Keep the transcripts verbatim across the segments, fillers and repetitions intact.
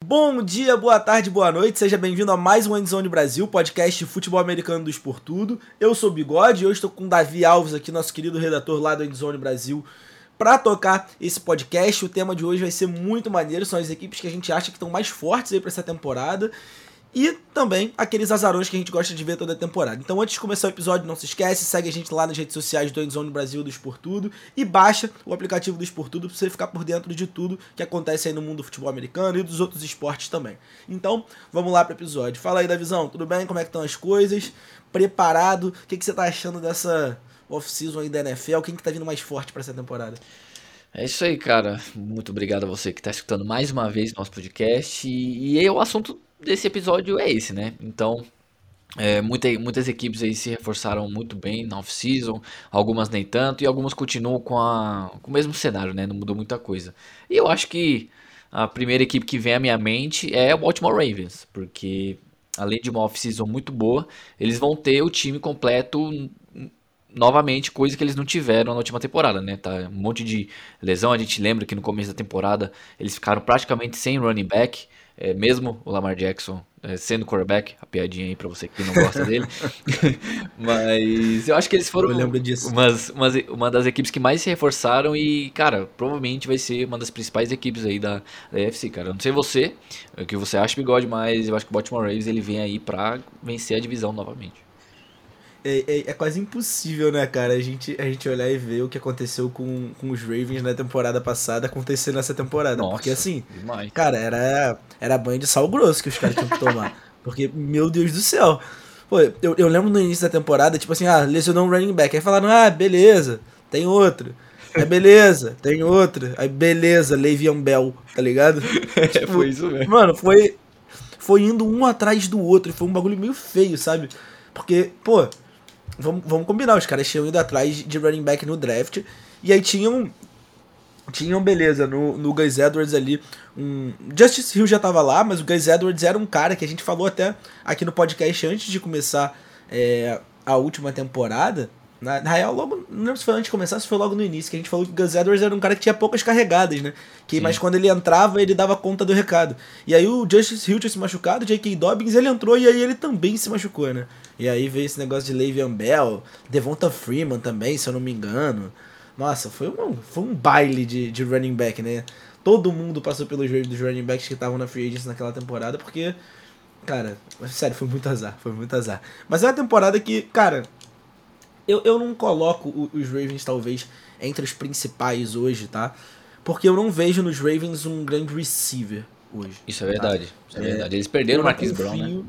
Bom dia, boa tarde, boa noite, seja bem-vindo a mais um Endzone Brasil, podcast de futebol americano do Sport Tudo. Eu sou o Bigode e hoje estou com o Davi Alves aqui, nosso querido redator lá do Endzone Brasil, para tocar esse podcast. O tema de hoje vai ser muito maneiro, são as equipes que a gente acha que estão mais fortes aí para essa temporada e também aqueles azarões que a gente gosta de ver toda a temporada. Então antes de começar o episódio, não se esquece, segue a gente lá nas redes sociais do Endzone Brasil do Sport Tudo e baixa o aplicativo do Sport Tudo para você ficar por dentro de tudo que acontece aí no mundo do futebol americano e dos outros esportes também. Então, vamos lá para o episódio. Fala aí, Davizão, tudo bem? Como é que estão as coisas? Preparado? O que, que você tá achando dessa off-season aí da N F L? Quem que tá vindo mais forte para essa temporada? É isso aí, cara. Muito obrigado a você que está escutando mais uma vez nosso podcast. E, e o assunto desse episódio é esse, né? Então, é, muita, muitas equipes aí se reforçaram muito bem na off-season, algumas nem tanto, e algumas continuam com, a, com o mesmo cenário, né? Não mudou muita coisa. E eu acho que a primeira equipe que vem à minha mente é o Baltimore Ravens, porque além de uma off-season muito boa, eles vão ter o time completo novamente, coisa que eles não tiveram na última temporada, né? Tá um monte de lesão. A gente lembra que no começo da temporada eles ficaram praticamente sem running back, é, mesmo o Lamar Jackson é, sendo quarterback. A piadinha aí pra você que não gosta dele. Mas eu acho que eles foram Eu lembro disso. umas, umas, uma das equipes que mais se reforçaram e, cara, provavelmente vai ser uma das principais equipes aí da, da A F C, cara. Eu não sei você, o que você acha, Bigode, mas eu acho que o Baltimore Ravens ele vem aí pra vencer a divisão novamente. É, é, é quase impossível, né, cara, a gente, a gente olhar e ver o que aconteceu com, com os Ravens na temporada passada acontecer nessa temporada. Nossa, porque assim, demais. cara, era, era banho de sal grosso que os caras tinham que tomar. Porque, meu Deus do céu. Pô, eu, eu lembro no início da temporada, tipo assim, ah, lesionou um running back. Aí falaram, ah, beleza, tem outro. Aí beleza, tem outro. Aí beleza, Le'Veon Bell, tá ligado? É, Tipo, foi isso mesmo. mano, foi, foi indo um atrás do outro. E foi um bagulho meio feio, sabe? Porque, pô, Vamos, vamos combinar, os caras tinham ido atrás de running back no draft. E aí tinham. Tinham, beleza, no, no Gus Edwards ali. Um, Justice Hill já tava lá, mas o Gus Edwards era um cara que a gente falou até aqui no podcast antes de começar é, a última temporada. Na, na real, logo. Não lembro se foi antes de começar, se foi logo no início, que a gente falou que o Gus Edwards era um cara que tinha poucas carregadas, né? Que, mas quando ele entrava, ele dava conta do recado. E aí o Justice Hill tinha se machucado, o J K. Dobbins, ele entrou e aí ele também se machucou, né? E aí veio esse negócio de Le'Veon Bell, Devonta Freeman também, se eu não me engano. Nossa, foi um, foi um baile de, de running back, né? Todo mundo passou pelos waves dos running backs que estavam na free agency naquela temporada, porque, cara, sério, foi muito azar, foi muito azar. Mas é uma temporada que, cara, eu, eu não coloco os Ravens, talvez, entre os principais hoje, tá? Porque eu não vejo nos Ravens um grande receiver hoje. Isso é verdade, Tá? isso é verdade. Eles perderam o Marquise Brown, né?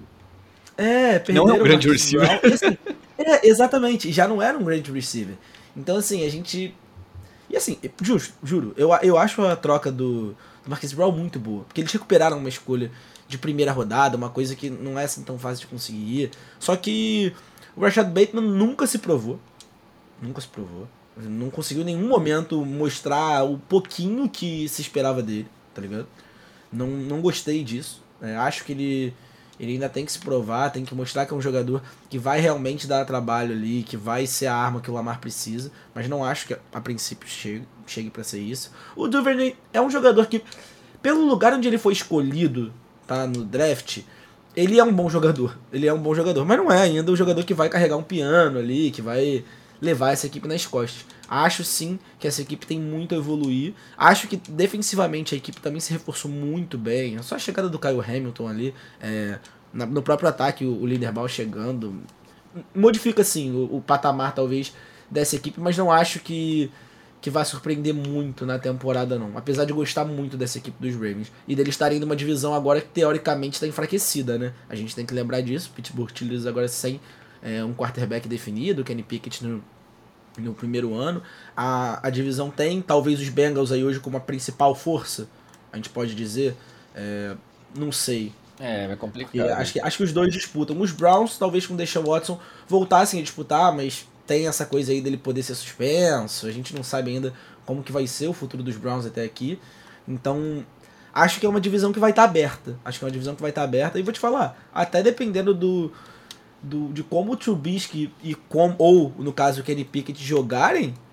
É, Não é um perderam o grande Marquise receiver. Brown. E, assim, é, exatamente, já não era um grande receiver. Então, assim, a gente... E assim, juro, juro eu, eu acho a troca do, do Marquise Brown muito boa. Porque eles recuperaram uma escolha de primeira rodada, uma coisa que não é assim tão fácil de conseguir. Só que o Rashad Bateman nunca se provou. Nunca se provou. Não conseguiu em nenhum momento mostrar o pouquinho que se esperava dele, tá ligado? Não, não gostei disso. É, acho que ele, ele ainda tem que se provar, tem que mostrar que é um jogador que vai realmente dar trabalho ali, que vai ser a arma que o Lamar precisa, mas não acho que a princípio chegue, chegue pra ser isso. O Duvernay é um jogador que, pelo lugar onde ele foi escolhido, tá, no draft, ele é um bom jogador. Ele é um bom jogador, mas não é ainda o jogador que vai carregar um piano ali, que vai levar essa equipe nas costas. Acho sim que essa equipe tem muito a evoluir. Acho que defensivamente a equipe também se reforçou muito bem. Só a chegada do Kyle Hamilton ali, é, na, no próprio ataque, o, o Linderbaum chegando, modifica sim o, o patamar talvez dessa equipe, mas não acho que, que vai surpreender muito na temporada não. Apesar de gostar muito dessa equipe dos Ravens. E deles estarem numa divisão agora que teoricamente está enfraquecida, né? A gente tem que lembrar disso. Pittsburgh Steelers agora sem é, um quarterback definido, Kenny Pickett no no primeiro ano, a, a divisão tem talvez os Bengals aí hoje como a principal força, a gente pode dizer, é, não sei. É, vai complicar. Acho que, acho que os dois disputam. Os Browns, talvez com o Deshaun Watson, voltassem a disputar, mas tem essa coisa aí dele poder ser suspenso, a gente não sabe ainda como que vai ser o futuro dos Browns até aqui, então acho que é uma divisão que vai estar aberta, acho que é uma divisão que vai estar aberta, e vou te falar, até dependendo do Do, de como o Trubisky e como, ou no caso o Kenny Pickett jogarem,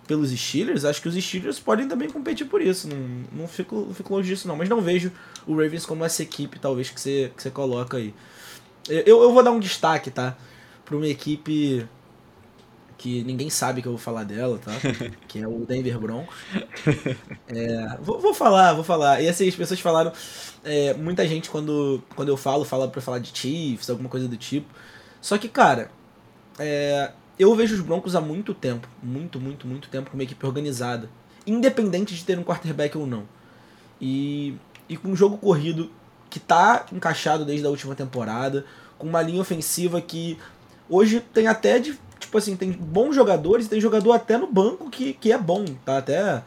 pelos Steelers, acho que os Steelers podem também competir por isso. Não, não, fico, não fico longe disso, não. Mas não vejo o Ravens como essa equipe, talvez, que você, que você coloca aí. Eu, eu vou dar um destaque, tá? Pra uma equipe que ninguém sabe que eu vou falar dela, tá? Que é o Denver Broncos. É, vou, vou falar, vou falar. E assim, as pessoas falaram... É, muita gente, quando, quando eu falo, fala pra falar de Chiefs, alguma coisa do tipo. Só que, cara... É, eu vejo os Broncos há muito tempo. Muito, muito, muito tempo como uma equipe organizada. Independente de ter um quarterback ou não. E, e com um jogo corrido que tá encaixado desde a última temporada. Com uma linha ofensiva que... Hoje tem até... de Tipo assim, tem bons jogadores, tem jogador até no banco que, que é bom, tá até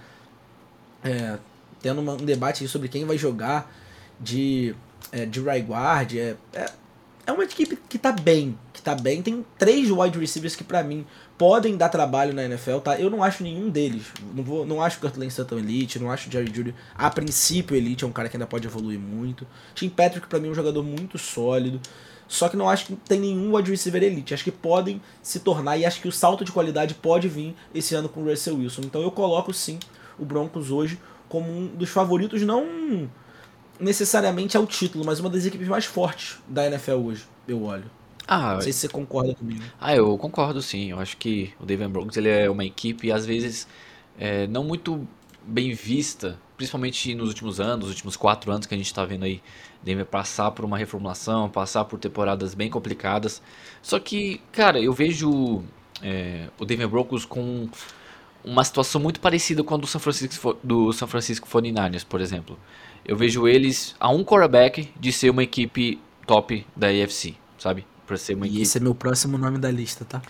é, tendo uma, um debate aí sobre quem vai jogar de, é, de right guard, é, é, é uma equipe que tá bem, que tá bem, tem três wide receivers que pra mim podem dar trabalho na N F L, tá, eu não acho nenhum deles, não, vou, não acho o Courtland Sutton elite, não acho o Jerry Jeudy a princípio elite, é um cara que ainda pode evoluir muito, Tim Patrick pra mim é um jogador muito sólido. Só que não acho que tem nenhum wide receiver elite. Acho que podem se tornar e acho que o salto de qualidade pode vir esse ano com o Russell Wilson. Então eu coloco sim o Broncos hoje como um dos favoritos, não necessariamente ao título, mas uma das equipes mais fortes da N F L hoje, eu olho. Ah, Não sei se você concorda comigo. ah, eu concordo sim. Eu acho que o Denver Broncos ele é uma equipe às vezes é, não muito bem vista, principalmente nos últimos anos, nos últimos quatro anos que a gente está vendo aí Denver passar por uma reformulação, passar por temporadas bem complicadas. Só que, cara, eu vejo é, o Denver Broncos com uma situação muito parecida com a do San Francisco, do San Francisco forty niners, por exemplo. Eu vejo eles a um quarterback de ser uma equipe top da A F C, sabe? Pra ser uma E equipe... esse é meu próximo nome da lista, tá?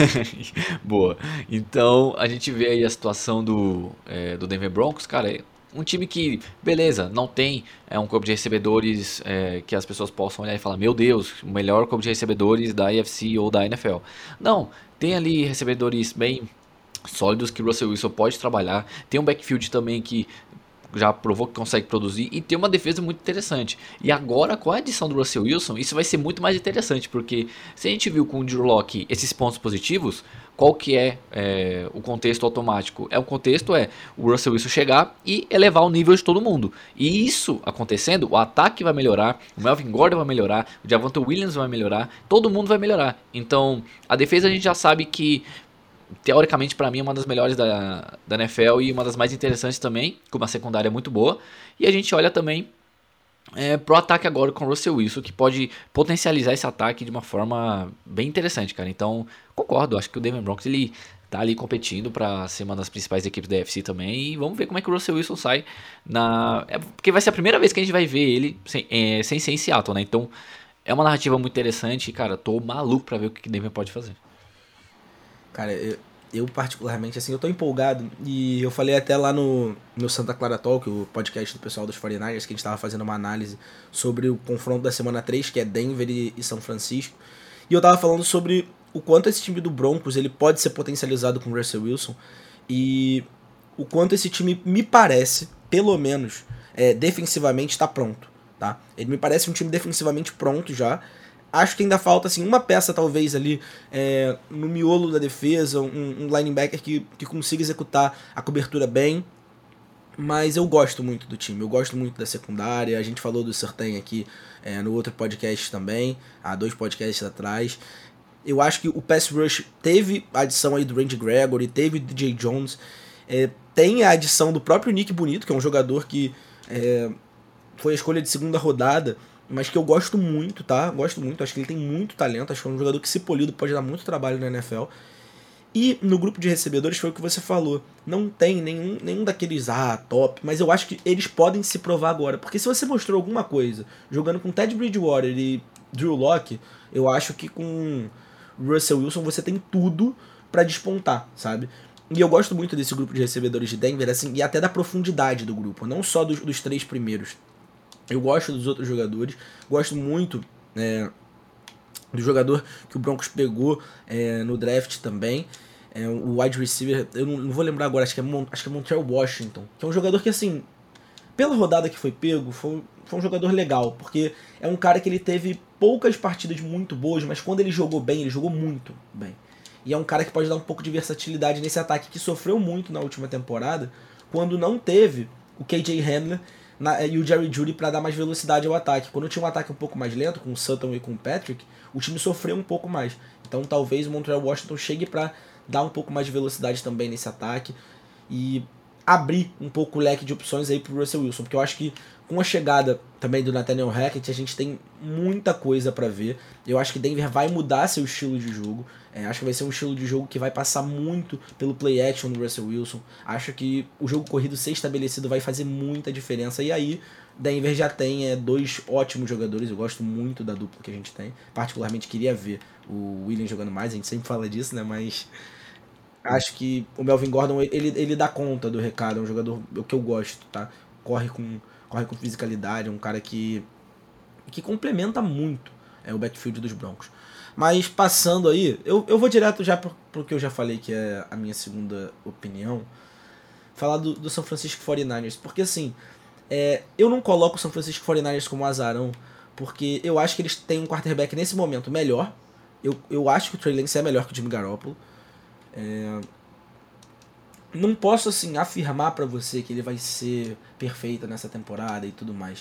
Boa. Então, a gente vê aí a situação do, é, do Denver Broncos, cara, é um time que, beleza, não tem é, um corpo de recebedores é, que as pessoas possam olhar e falar, meu Deus, o melhor corpo de recebedores da A F C ou da N F L. Não, tem ali recebedores bem sólidos que o Russell Wilson pode trabalhar, tem um backfield também que já provou que consegue produzir e tem uma defesa muito interessante. E agora com a adição do Russell Wilson, isso vai ser muito mais interessante, porque se a gente viu com o Drew Lock esses pontos positivos, qual que é, é o contexto automático? É o contexto é o Russell Wilson chegar e elevar o nível de todo mundo. E isso acontecendo, o ataque vai melhorar, o Melvin Gordon vai melhorar, o Javonte Williams vai melhorar, todo mundo vai melhorar. Então, a defesa a gente já sabe que teoricamente pra mim é uma das melhores da, da N F L e uma das mais interessantes também, com uma secundária muito boa. E a gente olha também é, pro ataque agora com o Russell Wilson, que pode potencializar esse ataque de uma forma bem interessante, cara. Então, concordo, acho que o Denver Broncos ele tá ali competindo pra ser uma das principais equipes da A F C também. E vamos ver como é que o Russell Wilson sai na... É, porque vai ser a primeira vez que a gente vai ver ele sem, é, sem ser em Seattle, né? Então, é uma narrativa muito interessante e, cara, tô maluco pra ver o que o Denver pode fazer. Cara, eu, eu particularmente, assim, eu tô empolgado. E eu falei até lá no, no Santa Clara Talk, o podcast do pessoal dos forty niners, que a gente tava fazendo uma análise sobre o confronto da semana três, que é Denver e, e São Francisco. E eu tava falando sobre o quanto esse time do Broncos ele pode ser potencializado com o Russell Wilson. E o quanto esse time me parece, pelo menos, é, defensivamente tá pronto, tá? Ele me parece um time defensivamente pronto já. Acho que ainda falta assim, uma peça talvez ali é, no miolo da defesa, um, um linebacker que, que consiga executar a cobertura bem. Mas eu gosto muito do time, eu gosto muito da secundária. A gente falou do Surtain aqui é, no outro podcast também, há dois podcasts atrás. Eu acho que o pass rush teve a adição aí do Randy Gregory, teve o D J Jones, é, tem a adição do próprio Nick Bonito, que é um jogador que é, foi a escolha de segunda rodada, mas que eu gosto muito, tá? Gosto muito, acho que ele tem muito talento, acho que é um jogador que, se polido, pode dar muito trabalho na N F L. E no grupo de recebedores foi o que você falou, não tem nenhum, nenhum daqueles, ah, top, mas eu acho que eles podem se provar agora, porque se você mostrou alguma coisa jogando com Ted Bridgewater e Drew Lock, eu acho que com Russell Wilson você tem tudo pra despontar, sabe? E eu gosto muito desse grupo de recebedores de Denver, assim, e até da profundidade do grupo, não só dos, dos três primeiros. Eu gosto dos outros jogadores, gosto muito é, do jogador que o Broncos pegou é, no draft também, é, o wide receiver, eu não, não vou lembrar agora, acho que, é Mon, acho que é Montreal Washington, que é um jogador que, assim, pela rodada que foi pego, foi, foi um jogador legal, porque é um cara que ele teve poucas partidas muito boas, mas quando ele jogou bem, ele jogou muito bem. E é um cara que pode dar um pouco de versatilidade nesse ataque que sofreu muito na última temporada, quando não teve o K J Hamler na, e o Jerry Jeudy para dar mais velocidade ao ataque. Quando tinha um ataque um pouco mais lento, com o Sutton e com o Patrick, o time sofreu um pouco mais. Então talvez o Montreal Washington chegue para dar um pouco mais de velocidade também nesse ataque e abrir um pouco o leque de opções aí pro Russell Wilson, porque eu acho que com a chegada também do Nathaniel Hackett, a gente tem muita coisa para ver. Eu acho que Denver vai mudar seu estilo de jogo. É, acho que vai ser um estilo de jogo que vai passar muito pelo play action do Russell Wilson. Acho que o jogo corrido ser estabelecido vai fazer muita diferença. E aí, Denver já tem é, dois ótimos jogadores. Eu gosto muito da dupla que a gente tem. Particularmente queria ver o William jogando mais. A gente sempre fala disso, né? Mas acho que o Melvin Gordon, ele, ele dá conta do recado. É um jogador que eu gosto, tá? Corre com, corre com fisicalidade. É um cara que, que complementa muito é, o backfield dos Broncos. Mas passando aí, eu, eu vou direto já pro, pro que eu já falei, que é a minha segunda opinião. Falar do, do San Francisco forty-niners. Porque assim, é, eu não coloco o San Francisco forty-niners como azarão, porque eu acho que eles têm um quarterback nesse momento melhor. Eu, eu acho que o Trey Lance é melhor que o Jimmy Garoppolo. É, não posso assim afirmar pra você que ele vai ser perfeito nessa temporada e tudo mais.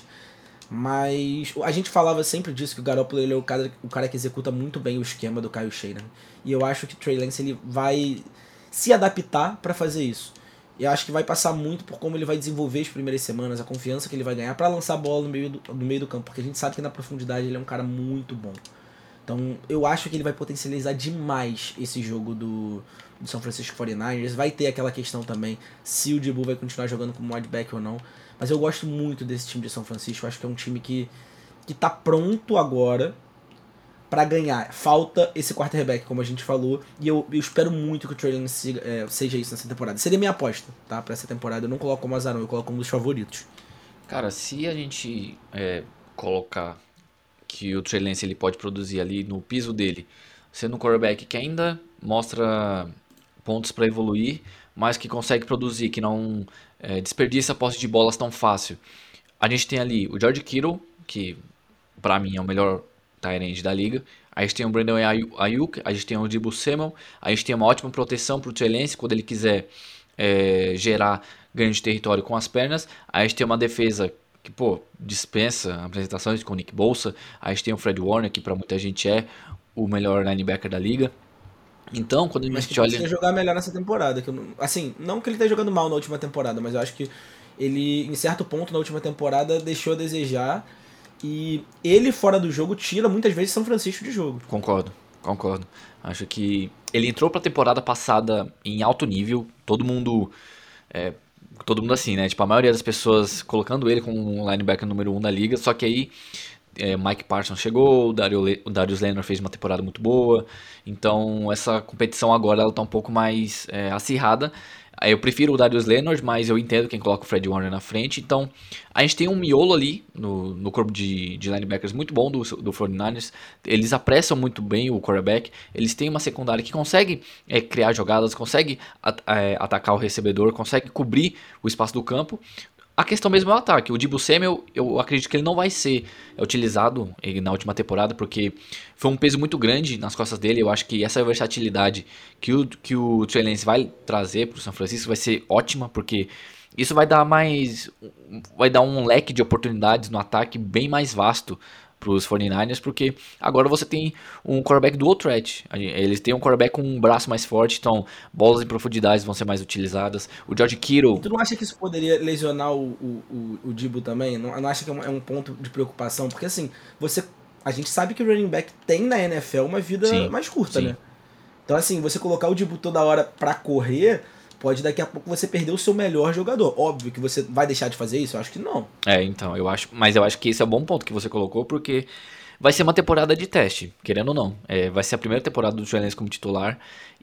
Mas a gente falava sempre disso, que o Garoppolo ele é o cara, o cara que executa muito bem o esquema do Kyle Shanahan. E eu acho que o Trey Lance ele vai se adaptar para fazer isso. E eu acho que vai passar muito por como ele vai desenvolver as primeiras semanas, a confiança que ele vai ganhar para lançar a bola no meio, do, no meio do campo. Porque a gente sabe que na profundidade ele é um cara muito bom. Então eu acho que ele vai potencializar demais esse jogo do, do San Francisco forty-niners. Vai ter aquela questão também se o Dibu vai continuar jogando como wideback ou não. Mas eu gosto muito desse time de São Francisco. Eu acho que é um time que, que tá pronto agora pra ganhar. Falta esse quarterback, como a gente falou. E eu, eu espero muito que o Trey Lance é, seja isso nessa temporada. Seria minha aposta, tá? Pra essa temporada. Eu não coloco como azarão, eu coloco como um dos favoritos. Cara, se a gente é, colocar que o Trey Lance ele pode produzir ali no piso dele, sendo um quarterback que ainda mostra pontos para evoluir, mas que consegue produzir, que não é, desperdiça a posse de bolas tão fácil. A gente tem ali o George Kittle, que para mim é o melhor tight end da liga. A gente tem o Brandon Ayuk, a gente tem o Deebo Samuel, a gente tem uma ótima proteção para o Trey Lance quando ele quiser é, gerar ganho de território com as pernas. A gente tem uma defesa que, pô, dispensa apresentações com o Nick Bosa. A gente tem o Fred Warner, que para muita gente é o melhor linebacker da liga. Então, quando a Mas que gente olha... precisa jogar melhor nessa temporada. Que eu não, assim, não que ele esteja jogando mal na última temporada, mas eu acho que ele, em certo ponto, na última temporada, deixou a desejar. E ele, fora do jogo, tira muitas vezes São Francisco de jogo. Concordo, concordo. Acho que ele entrou pra temporada passada em alto nível. Todo mundo... É, todo mundo assim, né? Tipo, a maioria das pessoas colocando ele como um linebacker número um da liga. Só que aí... É, Mike Parsons chegou, o, Dario Le- o Darius Leonard fez uma temporada muito boa, então essa competição agora ela tá um pouco mais é, acirrada. Aí eu prefiro o Darius Leonard, mas eu entendo quem coloca o Fred Warner na frente. Então a gente tem um miolo ali no, no corpo de, de linebackers muito bom do, do forty-niners. Eles apressam muito bem o quarterback, eles têm uma secundária que consegue é, criar jogadas, consegue at- é, atacar o recebedor, consegue cobrir o espaço do campo. A questão mesmo é o ataque. O Deebo Samuel, eu acredito que ele não vai ser utilizado na última temporada, porque foi um peso muito grande nas costas dele. Eu acho que essa versatilidade que o, que o Trey Lance vai trazer para o São Francisco vai ser ótima, porque isso vai dar mais, vai dar um leque de oportunidades no ataque bem mais vasto para os forty-niners, porque agora você tem um quarterback dual threat. Eles têm um quarterback com um braço mais forte, então bolas em profundidades vão ser mais utilizadas. O George Kittle... E tu não acha que isso poderia lesionar o, o, o, o Dibu também? Não, não acha que é um, é um ponto de preocupação? Porque assim, você, a gente sabe que o running back tem na N F L uma vida Sim, mais curta, sim. né? Então assim, você colocar o Dibu toda hora pra correr, pode daqui a pouco você perder o seu melhor jogador. Óbvio que você vai deixar de fazer isso? Eu acho que não. É, então, eu acho, mas eu acho que esse é um bom ponto que você colocou, porque vai ser uma temporada de teste, querendo ou não. É, vai ser a primeira temporada do Trey Lance como titular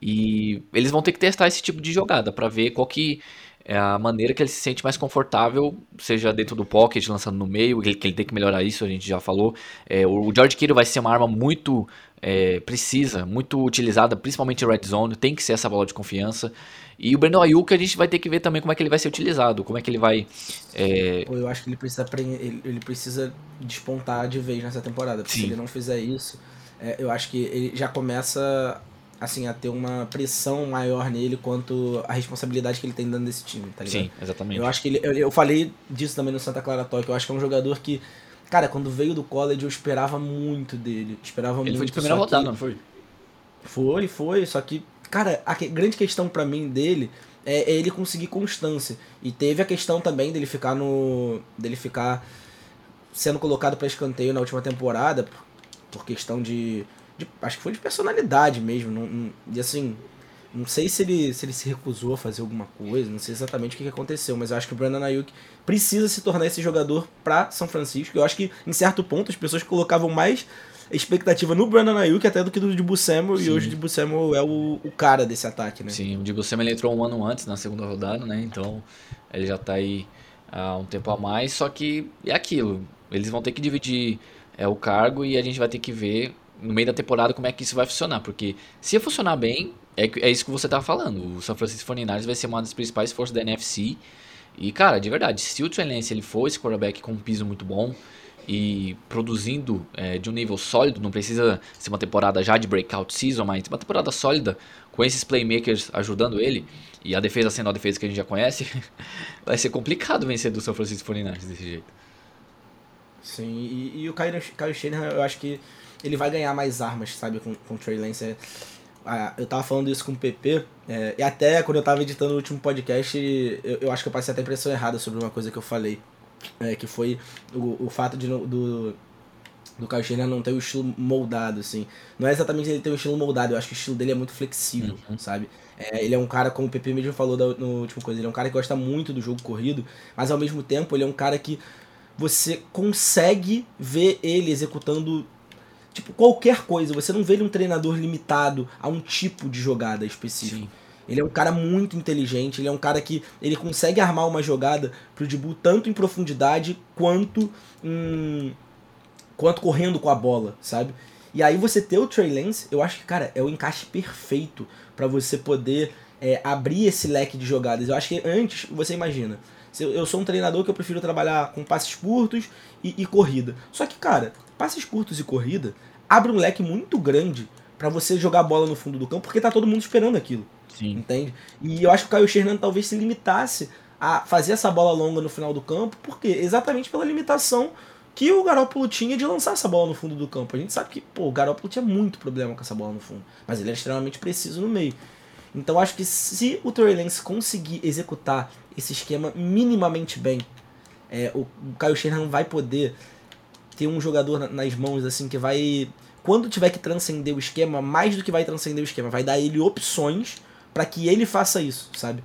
e eles vão ter que testar esse tipo de jogada pra ver qual que é a maneira que ele se sente mais confortável, seja dentro do pocket, lançando no meio, que ele, que ele tem que melhorar isso, a gente já falou. É, o George Kittle vai ser uma arma muito é, precisa, muito utilizada, principalmente em red zone, tem que ser essa bola de confiança. E o Brandon Ayuk a gente vai ter que ver também como é que ele vai ser utilizado, como é que ele vai... É... Pô, eu acho que ele precisa, pre- ele, ele precisa despontar de vez nessa temporada, porque se Sim, ele não fizer isso, é, eu acho que ele já começa assim, a ter uma pressão maior nele quanto a responsabilidade que ele tem dentro desse time, tá ligado? Sim, exatamente. Eu acho que ele, eu, eu falei disso também no Santa Clara Talk, eu acho que é um jogador que, cara, quando veio do college eu esperava muito dele, esperava Ele muito. foi de primeira só rodada, que não foi? Foi, foi, só que, cara, a que- grande questão pra mim dele é, é ele conseguir constância. E teve a questão também dele ficar no. dele ficar sendo colocado pra escanteio na última temporada, por, por questão de, de. Acho que foi de personalidade mesmo. Não, não- e assim, não sei se ele, se ele se recusou a fazer alguma coisa, não sei exatamente o que que aconteceu, mas eu acho que o Brandon Ayuk precisa se tornar esse jogador pra São Francisco. Eu acho que, em certo ponto, as pessoas colocavam mais expectativa no Brandon Ayuk até do que do Deebo Samuel, e hoje o Sim, Deebo Samuel é o, o cara desse ataque, né? sim. O Deebo Samuel ele entrou um ano antes, na segunda rodada, né? Então ele já tá aí há um tempo a mais. Só que é aquilo. Eles vão ter que dividir é, o cargo e a gente vai ter que ver no meio da temporada como é que isso vai funcionar. Porque se funcionar bem, é, que- é isso que você tá falando. O San Francisco forty niners vai ser uma das principais forças da N F C. E, cara, de verdade, se o Trey Lance ele for esse quarterback com um piso muito bom e produzindo é, de um nível sólido, não precisa ser uma temporada já de breakout season, mas uma temporada sólida com esses playmakers ajudando ele e a defesa sendo a defesa que a gente já conhece, vai ser complicado vencer do San Francisco forty niners desse jeito. Sim, e, e o Kyle, Kyle Shanahan, eu acho que ele vai ganhar mais armas, sabe, com, com o Trey Lance. É, ah, eu tava falando isso com o P P, é, e até quando eu tava editando o último podcast, eu, eu acho que eu passei até a impressão errada sobre uma coisa que eu falei, é, que foi o, o fato de, no- do, do Kyle Shanahan não ter o estilo moldado, assim. Não é exatamente ele ter o estilo moldado, eu acho que o estilo dele é muito flexível, Uhum. sabe? É, ele é um cara, como o P P mesmo falou da, no último coisa, ele é um cara que gosta muito do jogo corrido, mas ao mesmo tempo ele é um cara que você consegue ver ele executando, tipo, qualquer coisa. Você não vê ele um treinador limitado a um tipo de jogada específico. Sim, Ele é um cara muito inteligente, ele é um cara que ele consegue armar uma jogada pro Dibu tanto em profundidade quanto em, quanto correndo com a bola, sabe? E aí você ter o Trey Lance, eu acho que, cara, é o encaixe perfeito pra você poder é, abrir esse leque de jogadas. Eu acho que antes, você imagina, se eu eu sou um treinador que eu prefiro trabalhar com passes curtos e, e corrida. Só que, cara, passes curtos e corrida abre um leque muito grande pra você jogar a bola no fundo do campo, porque tá todo mundo esperando aquilo, sim. entende? E eu acho que o Kyle Shanahan talvez se limitasse a fazer essa bola longa no final do campo, porque exatamente pela limitação que o Garoppolo tinha de lançar essa bola no fundo do campo. A gente sabe que, pô, o Garoppolo tinha muito problema com essa bola no fundo, mas ele era extremamente preciso no meio. Então acho que se o Trey Lance conseguir executar esse esquema minimamente bem, é, o, o Kyle Shanahan vai poder ter um jogador na- nas mãos assim que vai, quando tiver que transcender o esquema, mais do que vai transcender o esquema, vai dar ele opções pra que ele faça isso, sabe?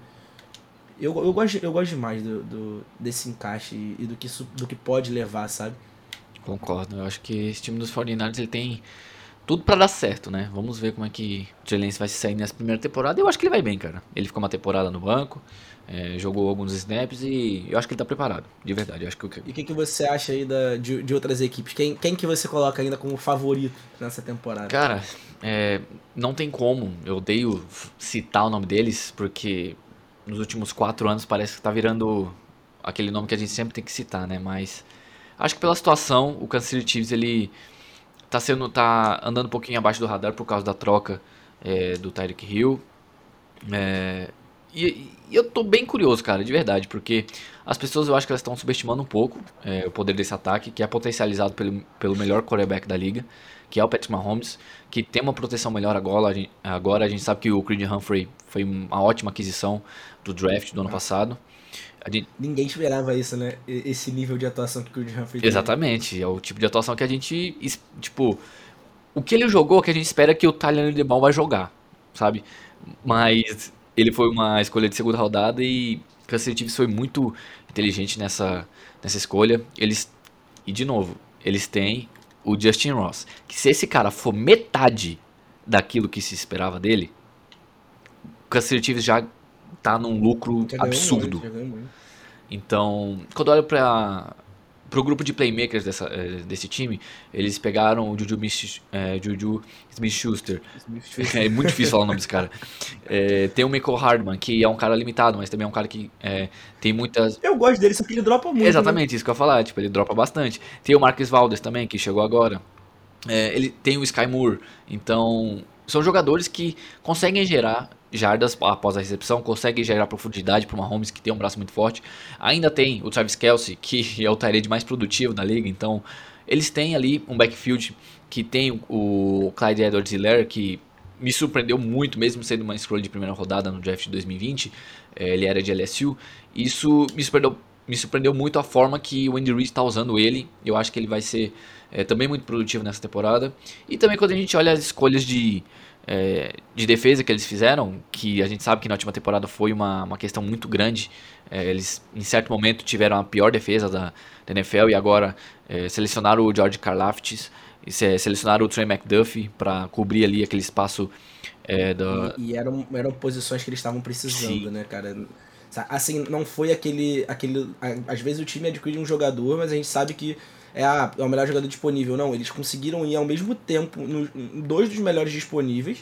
Eu, eu, gosto, eu gosto demais do, do- desse encaixe e, e do que, isso- do que pode levar, sabe? Concordo. Eu acho que esse time dos forty niners ele tem tudo pra dar certo, né? Vamos ver como é que o Trey Lance vai se sair nessa primeira temporada. Eu acho que ele vai bem, cara. Ele ficou uma temporada no banco, é, jogou alguns snaps e eu acho que ele tá preparado, de verdade. Eu acho que o E o que, que você acha aí da, de, de outras equipes? Quem, quem que você coloca ainda como favorito nessa temporada? cara, é, não tem como. Eu odeio citar o nome deles porque nos últimos quatro anos parece que tá virando aquele nome que a gente sempre tem que citar, né? Mas acho que pela situação, o Kansas City Chiefs ele tá sendo, tá andando um pouquinho abaixo do radar por causa da troca é, do Tyreek Hill. É, e, e eu tô bem curioso, cara, de verdade, porque as pessoas eu acho que elas estão subestimando um pouco é, o poder desse ataque, que é potencializado pelo, pelo melhor quarterback da liga, que é o Patrick Mahomes, que tem uma proteção melhor agora. A gente, agora a gente sabe que o Creed Humphrey foi uma ótima aquisição do draft do ano Ah, passado. A gente- ninguém esperava isso, né? E- Esse nível de atuação que o Creed Humphrey teve. exatamente, é o tipo de atuação que a gente, es- tipo, o que ele jogou que a gente espera que o Tyler Linderbaum vai jogar, sabe? Mas ele foi uma escolha de segunda rodada e Kansas City Chiefs foi muito inteligente nessa, nessa escolha. Eles, e de novo, eles têm o Justin Ross, que se esse cara for metade daquilo que se esperava dele, o Kansas City Chiefs já tá num lucro Já ganhou muito, absurdo. já ganhou muito. Então, quando eu olho para pro grupo de playmakers dessa, eh, desse time, eles pegaram o Juju, Smith- eh, Juju Smith-Schuster. É muito difícil falar o nome desse cara. Eh, tem o Michael Hardman, que é um cara limitado, mas também é um cara que eh, tem muitas... Eu gosto dele, só que ele dropa muito, né? Exatamente isso que eu ia falar, tipo, ele dropa bastante. Tem o Marcus Valdes também, que chegou agora. É, ele tem o Sky Moore, então são jogadores que conseguem gerar jardas após a recepção, conseguem gerar profundidade para uma Mahomes que tem um braço muito forte. Ainda tem o Travis Kelce, que é o tight end mais produtivo da liga, então eles têm ali um backfield que tem o Clyde Edwards-Helaire, que me surpreendeu muito, mesmo sendo uma escolha de primeira rodada no draft de dois mil e vinte, é, ele era de L S U, isso me surpreendeu, me surpreendeu muito a forma que o Andy Reid está usando ele. Eu acho que ele vai ser é, também muito produtivo nessa temporada. E também quando a gente olha as escolhas de, é, de defesa que eles fizeram, que a gente sabe que na última temporada foi uma, uma questão muito grande, é, eles em certo momento tiveram a pior defesa da, da N F L e agora é, selecionaram o George Karlaftis, selecionaram o Trey McDuffie para cobrir ali aquele espaço é, da... E, e eram, eram posições que eles estavam precisando, Sim. né, cara? Assim, não foi aquele, aquele... Às vezes o time adquire um jogador, mas a gente sabe que é, a, é o melhor jogador disponível. Não, eles conseguiram ir ao mesmo tempo no, em dois dos melhores disponíveis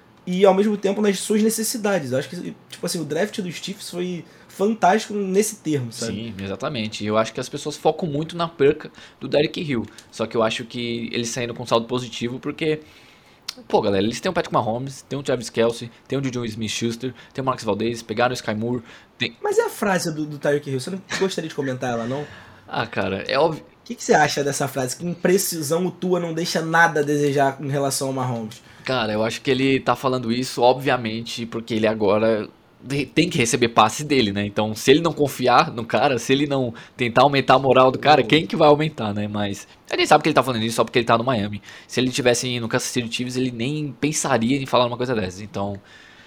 e ao mesmo tempo nas suas necessidades. Eu acho que, tipo assim, o draft dos Chiefs foi fantástico nesse termo, sabe? Sim, exatamente. Eu acho que as pessoas focam muito na perca do Derrick Hill. Só que eu acho que eles saíram com saldo positivo porque, pô, galera, eles têm o Patrick Mahomes, tem o Travis Kelce, tem o Juju Smith-Schuster, tem o Marcus Valdez, pegaram o Sky Moore. Tem... Mas é a frase do, do Tyreek Hill, você não gostaria de comentar ela, não? Ah, cara, é óbvio. O que, que você acha dessa frase? Que em precisão o Tua não deixa nada a desejar em relação ao Mahomes. Cara, eu acho que ele tá falando isso, obviamente, porque ele agora tem que receber passe dele, né? Então, se ele não confiar no cara, se ele não tentar aumentar a moral do cara, quem que vai aumentar, né? Mas a gente sabe que ele tá falando isso só porque ele tá no Miami. Se ele tivesse no Kansas City Chiefs, ele nem pensaria em falar uma coisa dessas. Então,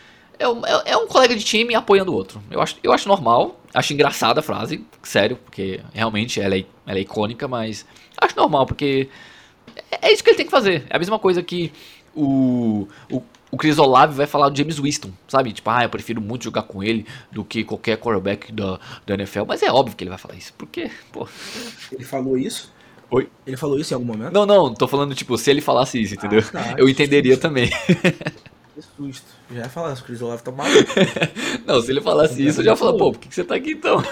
é um, é- é um colega de time apoiando o outro. Eu acho, eu acho normal, acho engraçada a frase, sério, porque realmente ela é, ela é icônica, mas acho normal, porque é é isso que ele tem que fazer. É a mesma coisa que o, o, o Chris Olave vai falar do James Winston, sabe? Tipo, ah, eu prefiro muito jogar com ele do que qualquer quarterback da, da N F L. Mas é óbvio que ele vai falar isso, porque, pô... Ele falou isso? Oi? Ele falou isso em algum momento? Não, não, tô falando, tipo, se ele falasse isso, entendeu? Ah, tá. Eu Que entenderia susto. também. Que susto. Já ia falar, o Chris Olave tá maluco. Não, se ele falasse isso, eu já falo, pô, por que que você tá aqui então?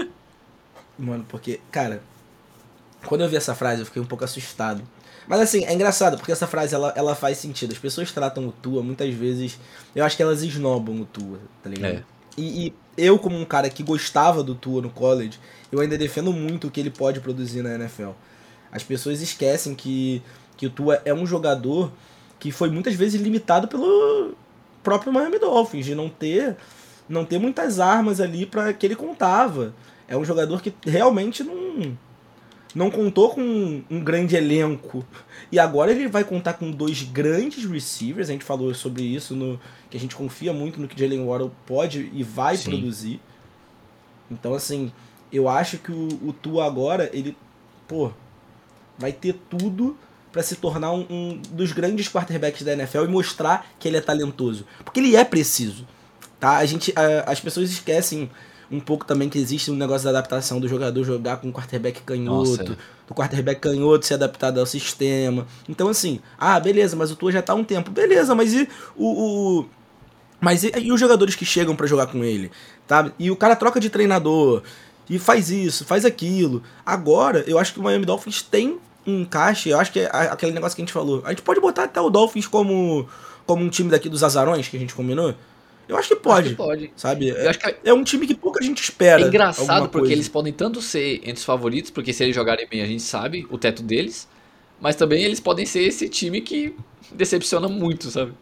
Mano, porque, cara, quando eu vi essa frase eu fiquei um pouco assustado. Mas assim, é engraçado, porque essa frase ela, ela faz sentido. As pessoas tratam o Tua, muitas vezes, eu acho que elas esnobam o Tua, tá ligado? É. E, e eu, como um cara que gostava do Tua no college, eu ainda defendo muito o que ele pode produzir na N F L. As pessoas esquecem que, que o Tua é um jogador que foi muitas vezes limitado pelo próprio Miami Dolphins, de não ter, não ter muitas armas ali para que ele contava. É um jogador que realmente não, não contou com um, um grande elenco. E agora ele vai contar com dois grandes receivers. A gente falou sobre isso, no, que a gente confia muito no que Jalen Waddle pode e vai Sim. produzir. Então, assim, eu acho que o, o Tua agora, ele, pô, vai ter tudo pra se tornar um, um dos grandes quarterbacks da N F L e mostrar que ele é talentoso. Porque ele é preciso, tá? A gente, a- as pessoas esquecem um pouco também que existe um negócio da adaptação do jogador jogar com um quarterback Nossa, canhoto, do quarterback canhoto ser adaptado ao sistema. Então, assim, ah, beleza, mas o Tua já tá há um tempo. Beleza, mas e o... o- mas e, e os jogadores que chegam pra jogar com ele, tá? E o cara troca de treinador e faz isso, faz aquilo. Agora, eu acho que o Miami Dolphins tem um encaixe, eu acho que é a- aquele negócio que a gente falou. A gente pode botar até o Dolphins como, como um time daqui dos azarões que a gente combinou? Eu acho que acho que pode, pode. sabe? Eu É, acho que é é um time que pouca gente é espera engraçado alguma porque coisa. eles podem tanto ser entre os favoritos, porque se eles jogarem bem a gente sabe o teto deles, mas também eles podem ser esse time que decepciona muito, sabe?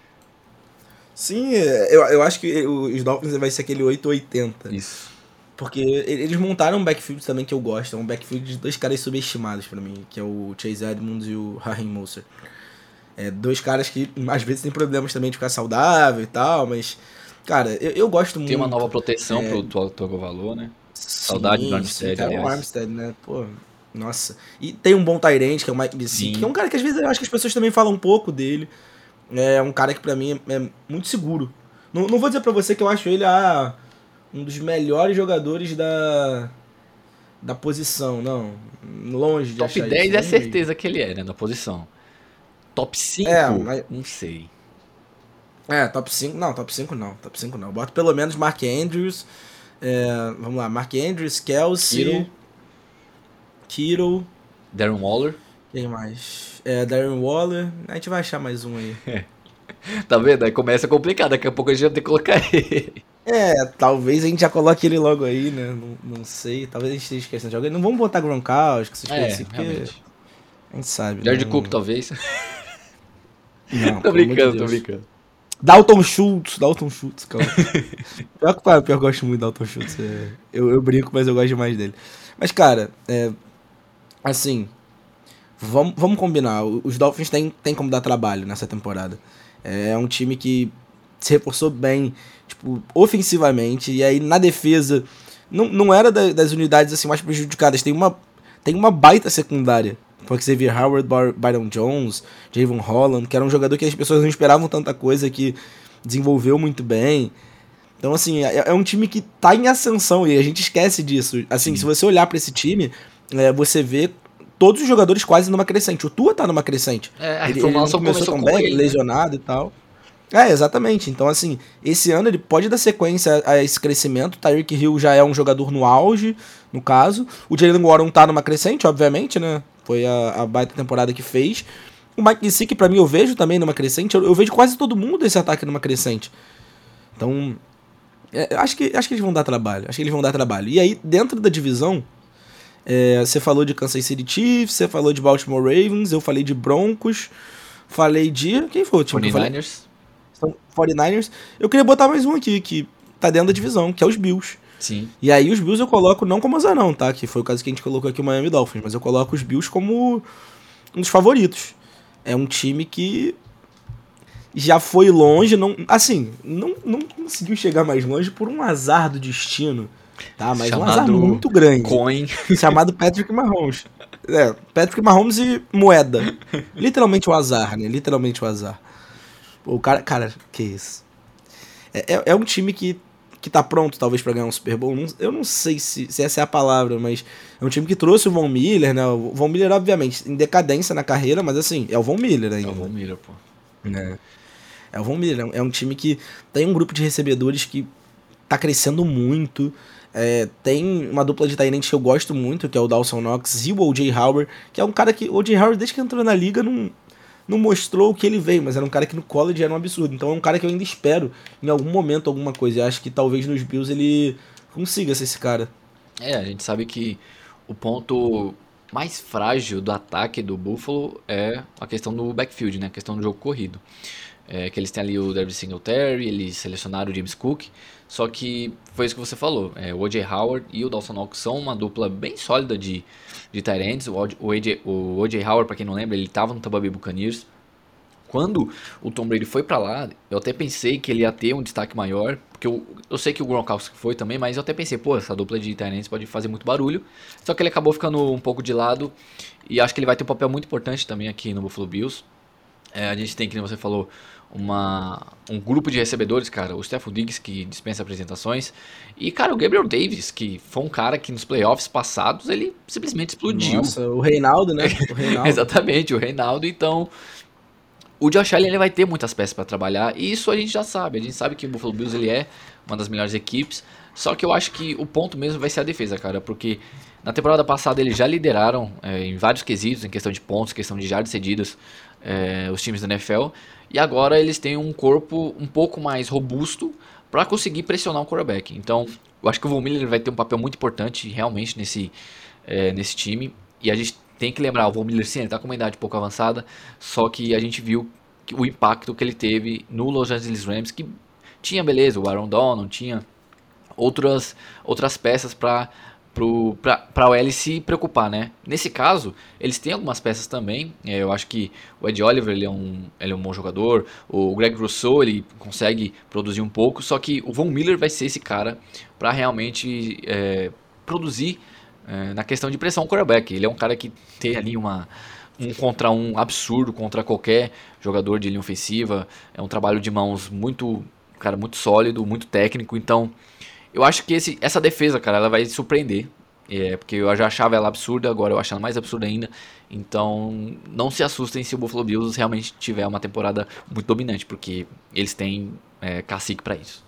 Sim, é, eu, eu acho que os Dolphins vai ser aquele oito ou oitenta. Isso. Porque eles montaram um backfield também que eu gosto. É um backfield de dois caras subestimados pra mim, que é o Chase Edmonds e o Raheem Mostert. É, dois caras que às vezes têm problemas também de ficar saudável e tal, mas, cara, eu, eu gosto Tem uma nova muito. proteção É, pro Tagovailoa, né? Saudade do sim, sim, Armstead, cara, o aliás. Armstead, né? Pô, nossa. E tem um bom Tyrant, que é o Mike Gesicki, que é Sim. um cara que às vezes eu acho que as pessoas também falam um pouco dele. É um cara que pra mim é, é muito seguro. Não, não vou dizer pra você que eu acho ele ah, um dos melhores jogadores da, da posição, não. Longe de Top achar dez isso, é longe mesmo. certeza que ele é, né? Na posição. Top É, cinco? mas. Não sei. É, top cinco. Não, top cinco não. Top cinco não. Bota pelo menos Mark Andrews. É, vamos lá, Mark Andrews, Kittle, Kelsey, Kittle. Darren Waller. Quem mais? É, Darren Waller. A gente vai achar mais um aí. Tá vendo? Aí começa a complicar, daqui a pouco a gente vai ter que colocar ele. É, talvez a gente já coloque ele logo aí, né? Não, não sei. Talvez a gente esteja esquecendo de alguém. Não vamos botar Gronkowski, essas coisas É, assim, porque realmente. a gente sabe, né? Jared Cook, Não, talvez. não, Tô pelo amor de brincando, tô Deus. brincando. Dalton Schultz, Dalton Schultz, calma. Pior que, pior que eu gosto muito do Dalton Schultz. É, eu, eu brinco, mas eu gosto demais dele. Mas, cara, é, assim, vamos, vamos combinar. Os Dolphins têm, têm como dar trabalho nessa temporada. É um time que se reforçou bem, tipo, ofensivamente. E aí, na defesa, não, não era da- das unidades assim mais prejudicadas. Tem uma, tem uma baita secundária. Com Xavier Howard, Bar- Byron Jones, Javon Holland, que era um jogador que as pessoas não esperavam tanta coisa, que desenvolveu muito bem. Então, assim, é, é um time que tá em ascensão e a gente esquece disso. Assim, se Sim. você olhar pra esse time, é, você vê todos os jogadores quase numa crescente. O Tua tá numa crescente. É, a Ele, ele não reformulação começou começou tão com bem, ele, né? lesionado e tal. É, exatamente. Então, assim, esse ano ele pode dar sequência a, a esse crescimento. Tyreek Hill já é um jogador no auge, no caso. O Jalen Warren tá numa crescente, obviamente, né? Foi a, a baita temporada que fez. O Mike Gesicki, pra mim, eu vejo também numa crescente. Eu, eu vejo quase todo mundo desse ataque numa crescente. Então, é, acho, que, acho que eles vão dar trabalho. Acho que eles vão dar trabalho. E aí, dentro da divisão, é, você falou de Kansas City Chiefs, você falou de Baltimore Ravens, eu falei de Broncos, falei de... Quem foi o time que eu falei? quarenta e ners. São quarenta e ners. Eu queria botar mais um aqui, que tá dentro da divisão, que é os Bills. Sim. E aí os Bills eu coloco não como azar não, tá? Que foi o caso que a gente colocou aqui o Miami Dolphins, mas eu coloco os Bills como um dos favoritos. É um time que já foi longe, não, assim, não, não conseguiu chegar mais longe por um azar do destino, tá? Mas um azar Chamado muito grande, Coin. chamado Patrick Mahomes. É, Patrick Mahomes e moeda. Literalmente o azar, né? Literalmente o azar. Pô, o cara, cara, que isso? É, é, é um time que, que tá pronto, talvez, pra ganhar um Super Bowl. Não- eu não sei se, se essa é a palavra, mas é um time que trouxe o Von Miller, né? O Von Miller, obviamente, em decadência na carreira, mas assim, é o Von Miller É o ainda. Von Miller, pô. Né? É o Von Miller. É um, é um time que tem um grupo de recebedores que tá crescendo muito. É, tem uma dupla de tight ends que eu gosto muito, que é o Dawson Knox e o O J Howard, que é um cara que o O J Howard, desde que entrou na liga, não, não mostrou o que ele veio, mas era um cara que no college era um absurdo. Então é um cara que eu ainda espero em algum momento alguma coisa. E acho que talvez nos Bills ele consiga ser esse cara. É, a gente sabe que o ponto mais frágil do ataque do Buffalo é a questão do backfield, né? A questão do jogo corrido. É, que eles têm ali o Devin Singletary, eles selecionaram o James Cook, só que foi isso que você falou. É, o O J Howard e o Dawson Knox são uma dupla bem sólida de, de tight ends. O, O J, o O J Howard, pra quem não lembra, ele estava no Tampa Bay Buccaneers. Quando o Tom Brady foi pra lá, eu até pensei que ele ia ter um destaque maior, porque eu, eu sei que o Gronkowski foi também, mas eu até pensei, pô, essa dupla de tight ends pode fazer muito barulho. Só que ele acabou ficando um pouco de lado e acho que ele vai ter um papel muito importante também aqui no Buffalo Bills. É, a gente tem, como você falou, uma, um grupo de recebedores, cara. O Stephon Diggs, que dispensa apresentações. E, cara, o Gabriel Davis, que foi um cara que nos playoffs passados ele simplesmente explodiu. Nossa, o Reinaldo, né? O Reinaldo. Exatamente, o Reinaldo. Então, o Josh Allen ele vai ter muitas peças para trabalhar. E isso a gente já sabe. A gente sabe que o Buffalo Bills ele é uma das melhores equipes. Só que eu acho que o ponto mesmo vai ser a defesa, cara. Porque na temporada passada eles já lideraram é, em vários quesitos, em questão de pontos, questão de jardas cedidas, é, os times da N F L. E agora eles têm um corpo um pouco mais robusto para conseguir pressionar o quarterback. Então, eu acho que o Von Miller vai ter um papel muito importante realmente nesse, é, nesse time. E a gente tem que lembrar, o Von Miller sim, ele tá com uma idade um pouco avançada, só que a gente viu que o impacto que ele teve no Los Angeles Rams, que tinha, beleza, o Aaron Donald, tinha outras, outras peças para para o L se preocupar, né? Nesse caso, eles têm algumas peças também. É, eu acho que o Ed Oliver ele é, um, ele é um bom jogador. O Greg Rousseau ele consegue produzir um pouco. Só que o Von Miller vai ser esse cara para realmente é, produzir é, na questão de pressão quarterback. Ele é um cara que tem ali uma um contra um absurdo contra qualquer jogador de linha ofensiva. É um trabalho de mãos muito, cara, muito sólido, muito técnico. Então eu acho que esse, essa defesa, cara, ela vai surpreender. É, porque eu já achava ela absurda, agora eu acho ela mais absurda ainda. Então, não se assustem se o Buffalo Bills realmente tiver uma temporada muito dominante, porque eles têm é, cacique pra isso.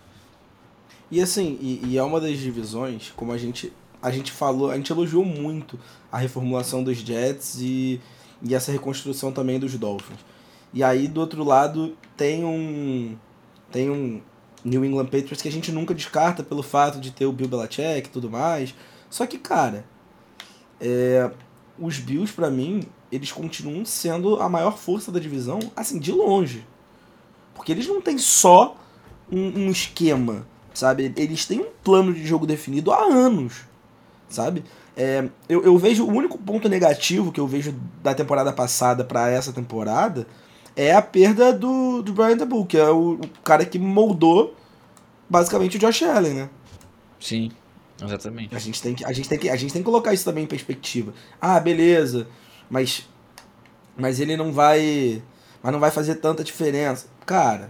E assim, e, e é uma das divisões, como a gente, a gente falou, a gente elogiou muito a reformulação dos Jets e, e essa reconstrução também dos Dolphins. E aí, do outro lado, tem um, tem um New England Patriots que a gente nunca descarta pelo fato de ter o Bill Belichick e tudo mais. Só que, cara, é, os Bills, pra mim, eles continuam sendo a maior força da divisão, assim, de longe. Porque eles não têm só um, um esquema, sabe? Eles têm um plano de jogo definido há anos, sabe? É, eu, eu vejo o único ponto negativo que eu vejo da temporada passada pra essa temporada é a perda do, do Brian Daboll, que é o, o cara que moldou basicamente o Josh Allen, né? Sim, exatamente. A gente tem que, a gente tem que, a gente tem que colocar isso também em perspectiva. Ah, beleza, mas mas ele não vai, mas não vai fazer tanta diferença. Cara,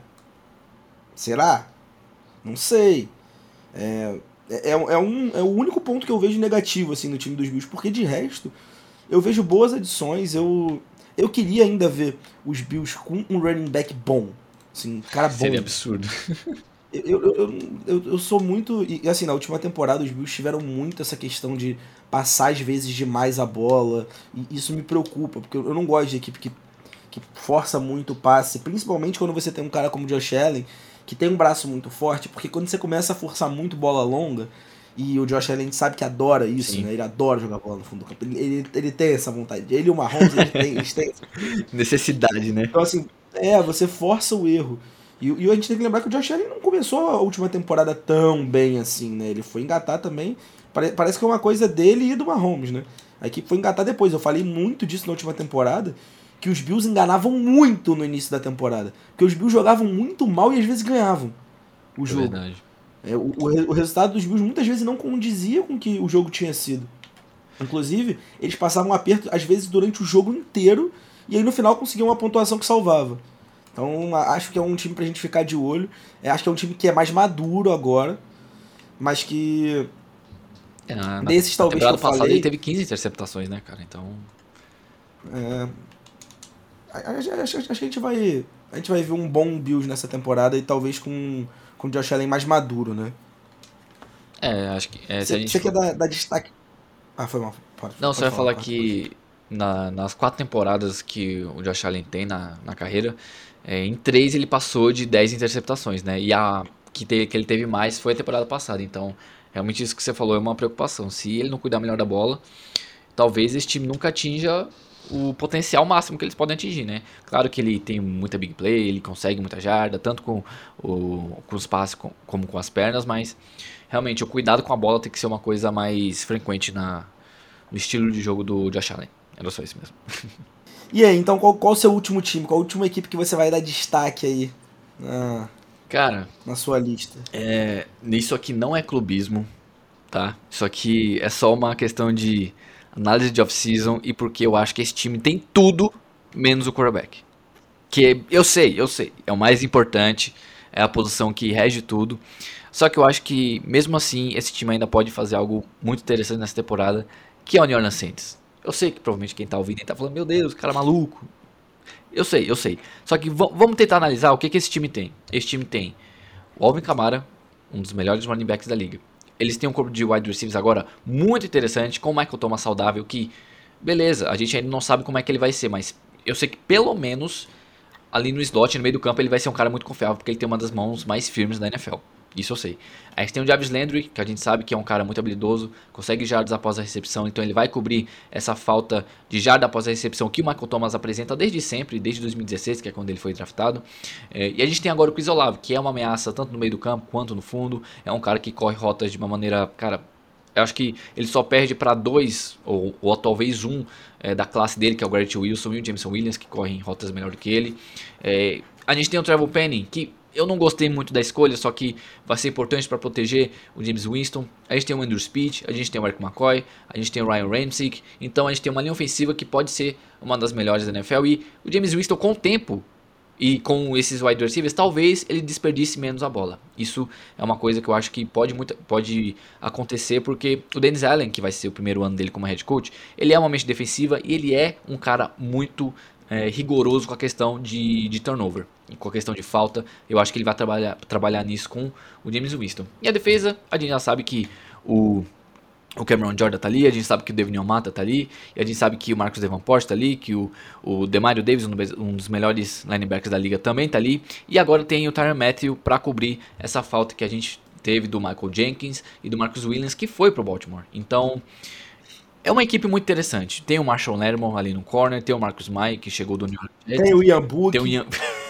será? Não sei. É, é, é, um, é o único ponto que eu vejo negativo assim no time dos Bills, porque de resto eu vejo boas adições. Eu, eu queria ainda ver os Bills com um running back bom, assim, cara bom. Seria absurdo. Eu, eu, eu, eu, eu sou muito. E assim, na última temporada os Bills tiveram muito essa questão de passar às vezes demais a bola. E isso me preocupa, porque eu não gosto de equipe que, que força muito o passe, principalmente quando você tem um cara como o Josh Allen, que tem um braço muito forte, porque quando você começa a forçar muito bola longa, e o Josh Allen sabe que adora isso, Sim. né? Ele adora jogar bola no fundo do campo. Ele, ele, ele tem essa vontade. Ele e o Mahomes, ele tem, eles têm. Necessidade, né? Então, assim, é, você força o erro. E, e a gente tem que lembrar que o Josh Allen não começou a última temporada tão bem assim, né? Ele foi engatar também. Pare, parece que é uma coisa dele e do Mahomes, né? A equipe foi engatar depois. Eu falei muito disso na última temporada, que os Bills enganavam muito no início da temporada. Porque os Bills jogavam muito mal e às vezes ganhavam o É jogo. verdade. É, o, o, o resultado dos Bills muitas vezes não condizia com o que o jogo tinha sido. Inclusive, eles passavam aperto às vezes durante o jogo inteiro e aí no final conseguiam uma pontuação que salvava. Então acho que é um time pra gente ficar de olho. É, acho que é um time que é mais maduro agora, mas que É, na, na, desses na talvez que temporada eu passada falei, ele teve quinze interceptações, né, cara? Então. é, acho, acho, acho que a gente vai a gente vai ver um bom Bills nessa temporada e talvez com com o Josh Allen mais maduro, né? É, acho que. É, se a Você gente quer for. dar, dar destaque? Ah, foi mal. Pode, Não, você pode vai falar. falar Pode, pode. que na- nas quatro temporadas que o Josh Allen tem na, na carreira, é, em três ele passou de dez interceptações, né? E a que, te- que ele teve mais foi a temporada passada. Então, realmente isso que você falou é uma preocupação. Se ele não cuidar melhor da bola, talvez esse time nunca atinja o potencial máximo que eles podem atingir, né? Claro que ele tem muita big play, ele consegue muita jarda, tanto com, o, com os passes com- como com as pernas, mas realmente o cuidado com a bola tem que ser uma coisa mais frequente na, no estilo de jogo do Josh Allen. Era só isso mesmo. E aí, então qual, qual o seu último time? Qual a última equipe que você vai dar destaque aí na, Cara, na sua lista? é, isso aqui não é clubismo, tá? Isso aqui é só uma questão de análise de off-season e porque eu acho que esse time tem tudo menos o quarterback. Que eu sei, eu sei, é o mais importante, é a posição que rege tudo. Só que eu acho que, mesmo assim, esse time ainda pode fazer algo muito interessante nessa temporada, que é o New Orleans Saints. Eu sei que provavelmente quem tá ouvindo aí tá falando, meu Deus, cara maluco. Eu sei, eu sei. Só que v- vamos tentar analisar o que, que esse time tem. Esse time tem o Alvin Kamara, um dos melhores running backs da liga. Eles têm um corpo de wide receivers agora muito interessante, com o Michael Thomas saudável, que, beleza, a gente ainda não sabe como é que ele vai ser, mas eu sei que pelo menos ali no slot, no meio do campo, ele vai ser um cara muito confiável, porque ele tem uma das mãos mais firmes da N F L. Isso eu sei. Aí a gente tem o Jarvis Landry, que a gente sabe que é um cara muito habilidoso, consegue jardas após a recepção, então ele vai cobrir essa falta de jarda após a recepção que o Michael Thomas apresenta desde sempre, desde dois mil e dezesseis, que é quando ele foi draftado. É, e a gente tem agora o Chris Olave, que é uma ameaça tanto no meio do campo quanto no fundo, é um cara que corre rotas de uma maneira, cara, eu acho que ele só perde para dois, ou, ou talvez um, é, da classe dele, que é o Garrett Wilson e o Jameson Williams, que correm rotas melhor do que ele. É, a gente tem o Trevor Penning, que eu não gostei muito da escolha, só que vai ser importante para proteger o James Winston. A gente tem o Andrew Speed, a gente tem o Eric McCoy, a gente tem o Ryan Ramczyk. Então a gente tem uma linha ofensiva que pode ser uma das melhores da N F L. E o James Winston, com o tempo e com esses wide receivers, talvez ele desperdice menos a bola. Isso é uma coisa que eu acho que pode, muito, pode acontecer, porque o Dennis Allen, que vai ser o primeiro ano dele como head coach, ele é uma mente defensiva e ele é um cara muito é, rigoroso com a questão de, de turnover, com a questão de falta. Eu acho que ele vai trabalhar, trabalhar nisso com o James Winston. E a defesa, a gente já sabe que o o Cameron Jordan tá ali, a gente sabe que o David Nyamata tá ali, e a gente sabe que o Marcus Davenport tá ali, que o, o Demario Davis, um dos melhores linebackers da liga, também tá ali, e agora tem o Tyrann Mathieu pra cobrir essa falta que a gente teve do Michael Jenkins e do Marcus Williams, que foi pro Baltimore. Então, é uma equipe muito interessante. Tem o Marshall Lerman ali no corner, tem o Marcus Maye, que chegou do New York Jets. Tem o Ian Book. Tem o Ian...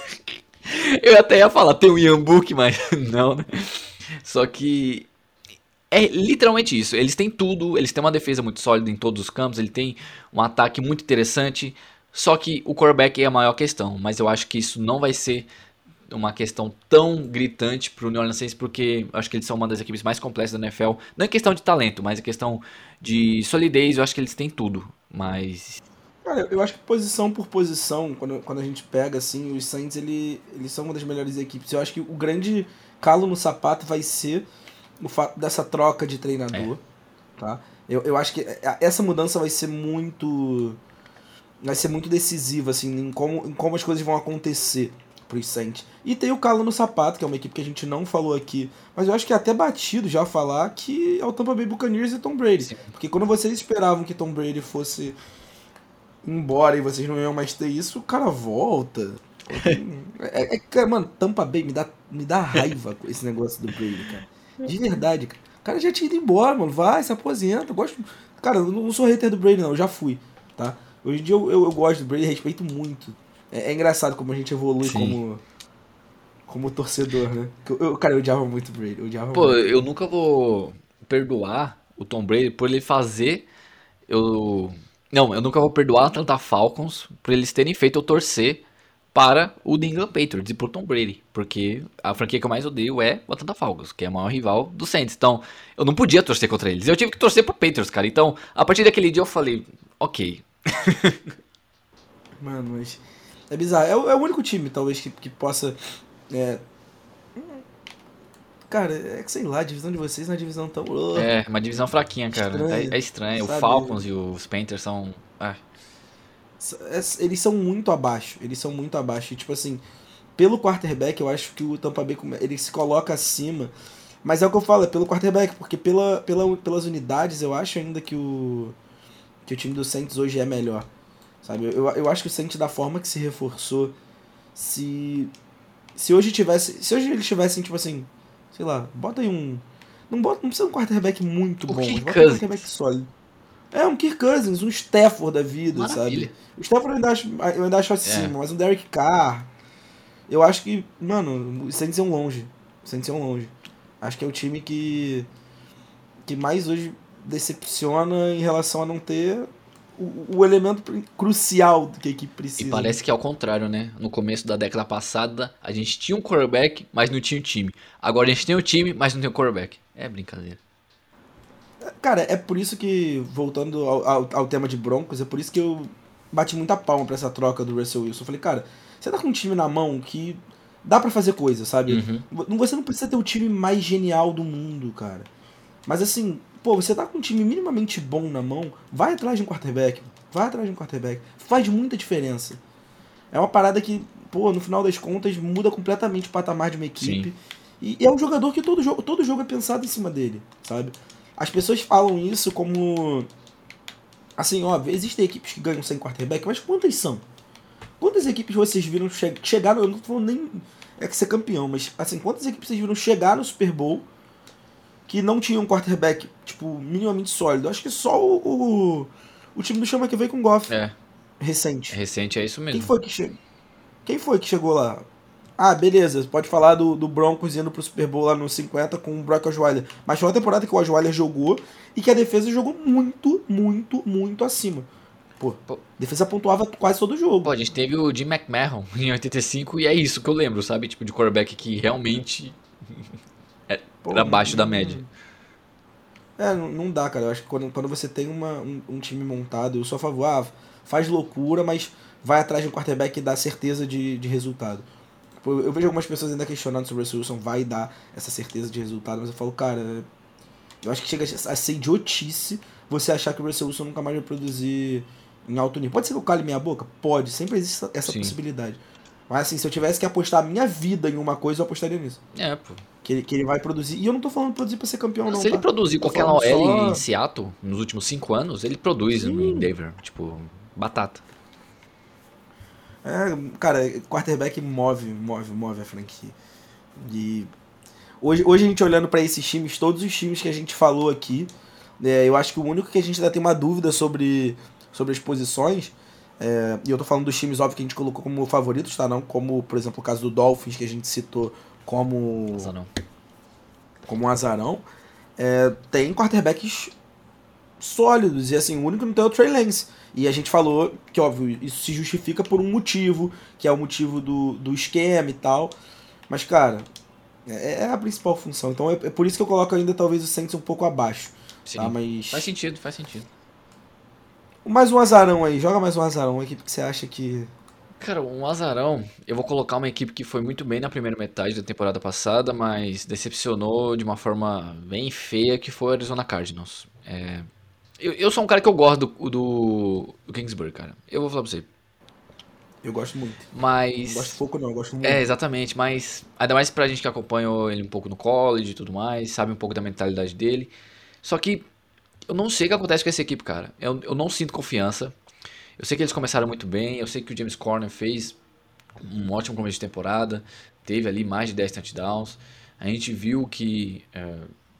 Eu até ia falar, tem o Ian Book, mas não, né? Só que é literalmente isso. Eles têm tudo, eles têm uma defesa muito sólida em todos os campos, ele tem um ataque muito interessante, só que o quarterback é a maior questão. Mas eu acho que isso não vai ser uma questão tão gritante pro New Orleans Saints, porque eu acho que eles são uma das equipes mais complexas da N F L. Não é questão de talento, mas é questão de solidez, eu acho que eles têm tudo, mas... Cara, eu acho que posição por posição, quando, quando a gente pega, assim, os Saints, ele, eles são uma das melhores equipes. Eu acho que o grande calo no sapato vai ser o fato dessa troca de treinador, é. tá? Eu, eu acho que essa mudança vai ser muito... vai ser muito decisiva, assim, em como, em como as coisas vão acontecer pros Saints. E tem o calo no sapato, que é uma equipe que a gente não falou aqui, mas eu acho que é até batido já falar que é o Tampa Bay Buccaneers e Tom Brady. Sim. Porque quando vocês esperavam que Tom Brady fosse embora e vocês não iam mais ter isso, o cara volta. É, é, é, mano, Tampa Bay me dá, me dá raiva com esse negócio do Brady, cara. De verdade, cara. O cara já tinha ido embora, mano. Vai, se aposenta. Eu gosto. Cara, eu não sou hater do Brady, não. Eu já fui, tá? Hoje em dia eu, eu, eu gosto do Brady, respeito muito. É, é engraçado como a gente evolui como, como torcedor, né? Eu, eu, cara, eu odiava muito o Brady. Eu odiava Pô, muito. eu nunca vou perdoar o Tom Brady por ele fazer. Eu. Não, eu nunca vou perdoar a Atlanta Falcons por eles terem feito eu torcer para o New England Patriots e por Tom Brady, porque a franquia que eu mais odeio é o Atlanta Falcons, que é o maior rival do Saints. Então, eu não podia torcer contra eles. Eu tive que torcer pro Patriots, cara. Então, a partir daquele dia eu falei, ok. Mano, mas é bizarro. É o, é o único time, talvez, que, que possa... É... Cara, é que sei lá, a divisão de vocês não é uma divisão tão... Oh, é, uma divisão fraquinha, cara. estranha, É, é estranho. sabe? O Falcons e os Panthers são... Ah. Eles são muito abaixo. Eles são muito abaixo. E, tipo assim, pelo quarterback, eu acho que o Tampa Bay ele se coloca acima. Mas é o que eu falo, é pelo quarterback, porque pela, pela, pelas unidades eu acho ainda que o, que o time do Saints hoje é melhor. Sabe? Eu, eu acho que o Saints, da forma que se reforçou, se. Se hoje tivesse. Se hoje eles tivessem, tipo assim, sei lá, bota aí um. Não, bota, não precisa um quarterback muito O bom, mas Kirk bota um quarterback sólido. É, um Kirk Cousins, um Stafford da vida, Maravilha. sabe? O Stafford eu ainda acho, eu ainda acho acima, é. Mas um Derek Carr. Eu acho que, mano, os Saints iam longe. Os Saints iam longe. Acho que é o time que. que mais hoje decepciona em relação a não ter o, o elemento crucial que a equipe precisa. E parece que é ao contrário, né? No começo da década passada, a gente tinha um quarterback, mas não tinha o time. Agora a gente tem o time, mas não tem o quarterback. É brincadeira. Cara, é por isso que, voltando ao, ao, ao tema de Broncos, é por isso que eu bati muita palma pra essa troca do Russell Wilson. Eu falei, cara, você tá com um time na mão que dá pra fazer coisa, sabe? Uhum. Você não precisa ter o time mais genial do mundo, cara. Mas assim, pô, você tá com um time minimamente bom na mão, vai atrás de um quarterback. Vai atrás de um quarterback. Faz muita diferença. É uma parada que, pô, no final das contas, muda completamente o patamar de uma equipe. E, e é um jogador que todo jogo, todo jogo é pensado em cima dele, sabe? As pessoas falam isso como... Assim, óbvio, existem equipes que ganham sem quarterback, mas quantas são? Quantas equipes vocês viram che chegar... Eu não tô falando nem é que ser campeão, mas assim, quantas equipes vocês viram chegar no Super Bowl que não tinham um quarterback, tipo, minimamente sólido? Acho que só o, o, o time do Chama que veio com o Goff. É. Recente. Recente é isso mesmo. Quem foi que, che Quem foi que chegou lá? Ah, beleza, pode falar do, do Broncos indo pro Super Bowl lá no cinquenta com o Brock Osweiler. Mas foi uma temporada que o Osweiler jogou e que a defesa jogou muito, muito, muito acima. Pô, a defesa pontuava quase todo o jogo. Pô, a gente teve o Jim McMahon em oitenta e cinco e é isso que eu lembro, sabe? Tipo, de quarterback que realmente era Pô, abaixo não, da média. É, não, não dá, cara. Eu acho que quando, quando você tem uma, um, um time montado, eu sou a favor, ah, faz loucura, mas vai atrás de um quarterback e dá certeza de, de resultado. Eu vejo algumas pessoas ainda questionando se o Russell Wilson vai dar essa certeza de resultado, mas eu falo, cara, eu acho que chega a ser idiotice você achar que o Russell Wilson nunca mais vai produzir em alto nível. Pode ser que eu cale minha boca? Pode, sempre existe essa Sim. possibilidade. Mas assim, se eu tivesse que apostar a minha vida em uma coisa, eu apostaria nisso. É, pô. Que ele, que ele vai produzir. E eu não tô falando produzir pra ser campeão, não, Se ele tá? produzir Tô com aquela O falando L em só. Seattle nos últimos cinco anos, ele produz em Sim. Denver. Tipo, batata. É, cara, quarterback move, move, move a franquia. E hoje, hoje a gente olhando pra esses times, todos os times que a gente falou aqui, é, eu acho que o único que a gente ainda tem uma dúvida sobre, sobre as posições, é, e eu tô falando dos times, óbvio, que a gente colocou como favoritos, tá? Não como, por exemplo, o caso do Dolphins, que a gente citou como, Mas não. como um azarão, é, tem quarterbacks sólidos, e assim, o único que não tem é o Trey Lance. E a gente falou que, óbvio, isso se justifica por um motivo, que é o motivo do, do esquema e tal. Mas, cara, é, é a principal função. Então é, é por isso que eu coloco ainda talvez o Saints um pouco abaixo. Tá? Sim. Faz Mas. sentido, faz sentido. Mais um azarão aí, joga mais um azarão, uma equipe que você acha que. Cara, um azarão, eu vou colocar uma equipe que foi muito bem na primeira metade da temporada passada, mas decepcionou de uma forma bem feia, que foi o Arizona Cardinals. É, eu, eu sou um cara que eu gosto do, do, do Kingsbury, cara. Eu vou falar pra você. Eu gosto muito. Não gosto Mas. pouco, não, eu gosto É, muito. exatamente, mas ainda mais pra gente que acompanhou ele um pouco no college e tudo mais, sabe um pouco da mentalidade dele. Só que eu não sei o que acontece com essa equipe, cara. Eu, eu não sinto confiança. Eu sei que eles começaram muito bem, eu sei que o James Conner fez um ótimo começo de temporada, teve ali mais de dez touchdowns. A gente viu que é,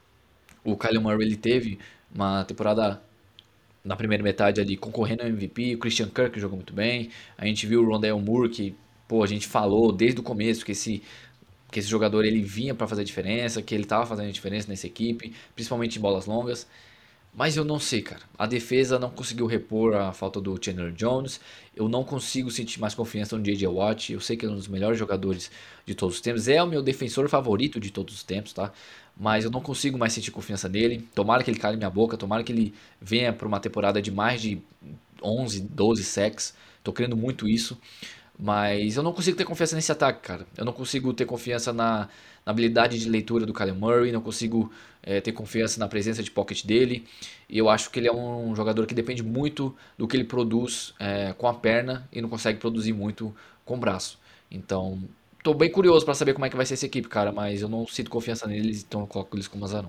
o Kyler Murray ele teve uma temporada na primeira metade ali concorrendo ao M V P, o Christian Kirk jogou muito bem. A gente viu o Rondale Moore que, pô, a gente falou desde o começo que esse que esse jogador ele vinha para fazer a diferença, que ele estava fazendo a diferença nessa equipe, principalmente em bolas longas. Mas eu não sei, cara. A defesa não conseguiu repor a falta do Chandler Jones. Eu não consigo sentir mais confiança no J J Watt. Eu sei que é um dos melhores jogadores de todos os tempos. É o meu defensor favorito de todos os tempos, tá? Mas eu não consigo mais sentir confiança nele. Tomara que ele cale minha boca. Tomara que ele venha para uma temporada de mais de onze, doze sacks. Tô querendo muito isso. Mas eu não consigo ter confiança nesse ataque, cara. Eu não consigo ter confiança na, na habilidade de leitura do Kyler Murray. Não consigo é, ter confiança na presença de pocket dele. E eu acho que ele é um jogador que depende muito do que ele produz é, com a perna e não consegue produzir muito com o braço. Então, tô bem curioso pra saber como é que vai ser essa equipe, cara. Mas eu não sinto confiança neles, então eu coloco eles como azarão.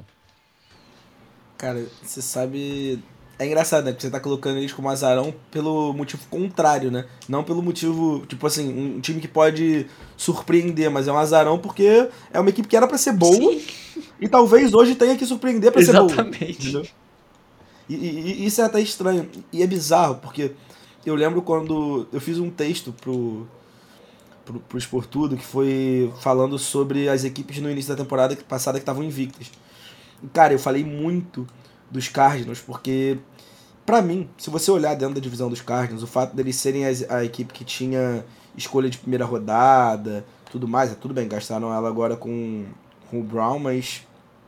Cara, você sabe. É engraçado, né? Porque você tá colocando eles como azarão pelo motivo contrário, né? Não pelo motivo, tipo assim, um time que pode surpreender, mas é um azarão porque é uma equipe que era pra ser boa Sim, e talvez hoje tenha que surpreender pra ser boa. exatamente. Entendeu? E, e- e isso é até estranho. E é bizarro, porque eu lembro quando eu fiz um texto pro, pro, pro Esportudo que foi falando sobre as equipes no início da temporada passada que estavam invictas. E, cara, eu falei muito dos Cardinals, porque, pra mim, se você olhar dentro da divisão dos Cardinals, o fato deles serem as- a equipe que tinha escolha de primeira rodada, tudo mais, é tudo bem, gastaram ela agora com, com o Brown, mas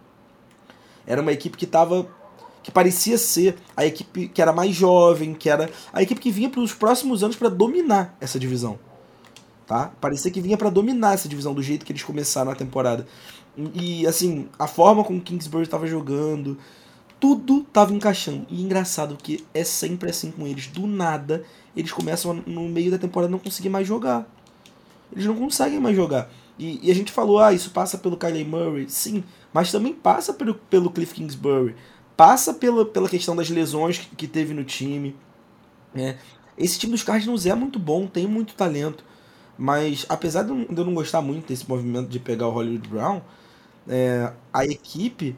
era uma equipe que tava que parecia ser a equipe que era mais jovem, que era a equipe que vinha para os próximos anos para dominar essa divisão, tá? Parecia que vinha para dominar essa divisão do jeito que eles começaram a temporada. E assim, a forma como o Kingsbury estava jogando, tudo tava encaixando. E engraçado que é sempre assim com eles, do nada, eles começam a, no meio da temporada não conseguir mais jogar. Eles não conseguem mais jogar. E, e a gente falou, ah, isso passa pelo Kyler Murray. Sim, mas também passa pelo, pelo Cliff Kingsbury. Passa pela, pela questão das lesões que, que teve no time. Né? Esse time dos Cardinals é muito bom, tem muito talento. Mas apesar de eu de eu não gostar muito desse movimento de pegar o Hollywood Brown, é, a equipe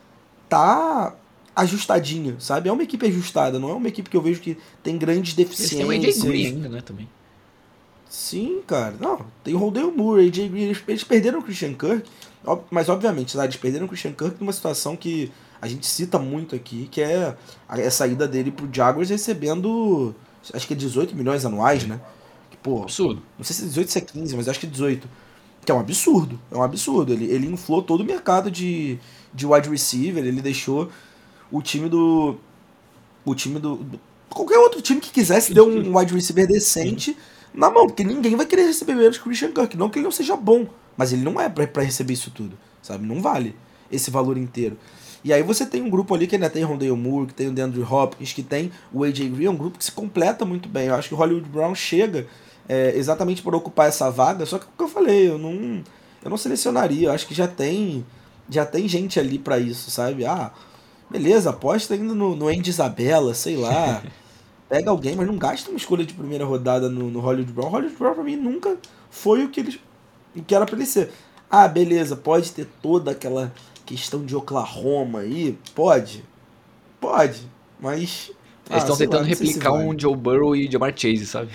tá ajustadinha, sabe? É uma equipe ajustada, não é uma equipe que eu vejo que tem grandes Eles têm o A J Green deficiências. ainda, né, também. Sim, cara. Não, tem o Rondale Moore, A J Green. Eles, eles perderam o Christian Kirk, ob- mas obviamente, tá? Eles perderam o Christian Kirk numa situação que a gente cita muito aqui, que é a, a saída dele pro Jaguars recebendo, acho que é dezoito milhões anuais, né? Que, pô, Absurdo. não sei se é dezoito, se é quinze, mas acho que é dezoito. Que é um absurdo, é um absurdo. Ele, ele inflou todo o mercado de, de wide receiver, ele deixou o time do. O time do, do- qualquer outro time que quisesse ter um wide receiver Sim. decente na mão, porque ninguém vai querer receber menos que o Christian Kirk. Não que ele não seja bom, mas ele não é pra, pra receber isso tudo, sabe? Não vale esse valor inteiro. E aí você tem um grupo ali que ainda tem Rondale Moore, que tem o DeAndre Hopkins, que tem o A J Green, é um grupo que se completa muito bem. Eu acho que o Hollywood Brown chega é, exatamente por ocupar essa vaga, só que o que eu falei, eu não, eu não selecionaria, eu acho que já tem, já tem gente ali pra isso, sabe? Ah, beleza, aposta ainda no, no Andy Isabella, sei lá, pega alguém, mas não gasta uma escolha de primeira rodada no, no Hollywood Brown. O Hollywood Brown pra mim nunca foi o que, eles, o que era pra ele ser. Ah, beleza, pode ter toda aquela questão de Oklahoma aí, pode, pode, mas... Eles estão ah, sei lá, tentando não sei se replicar vale. um Joe Burrow e Jamar Chase, sabe?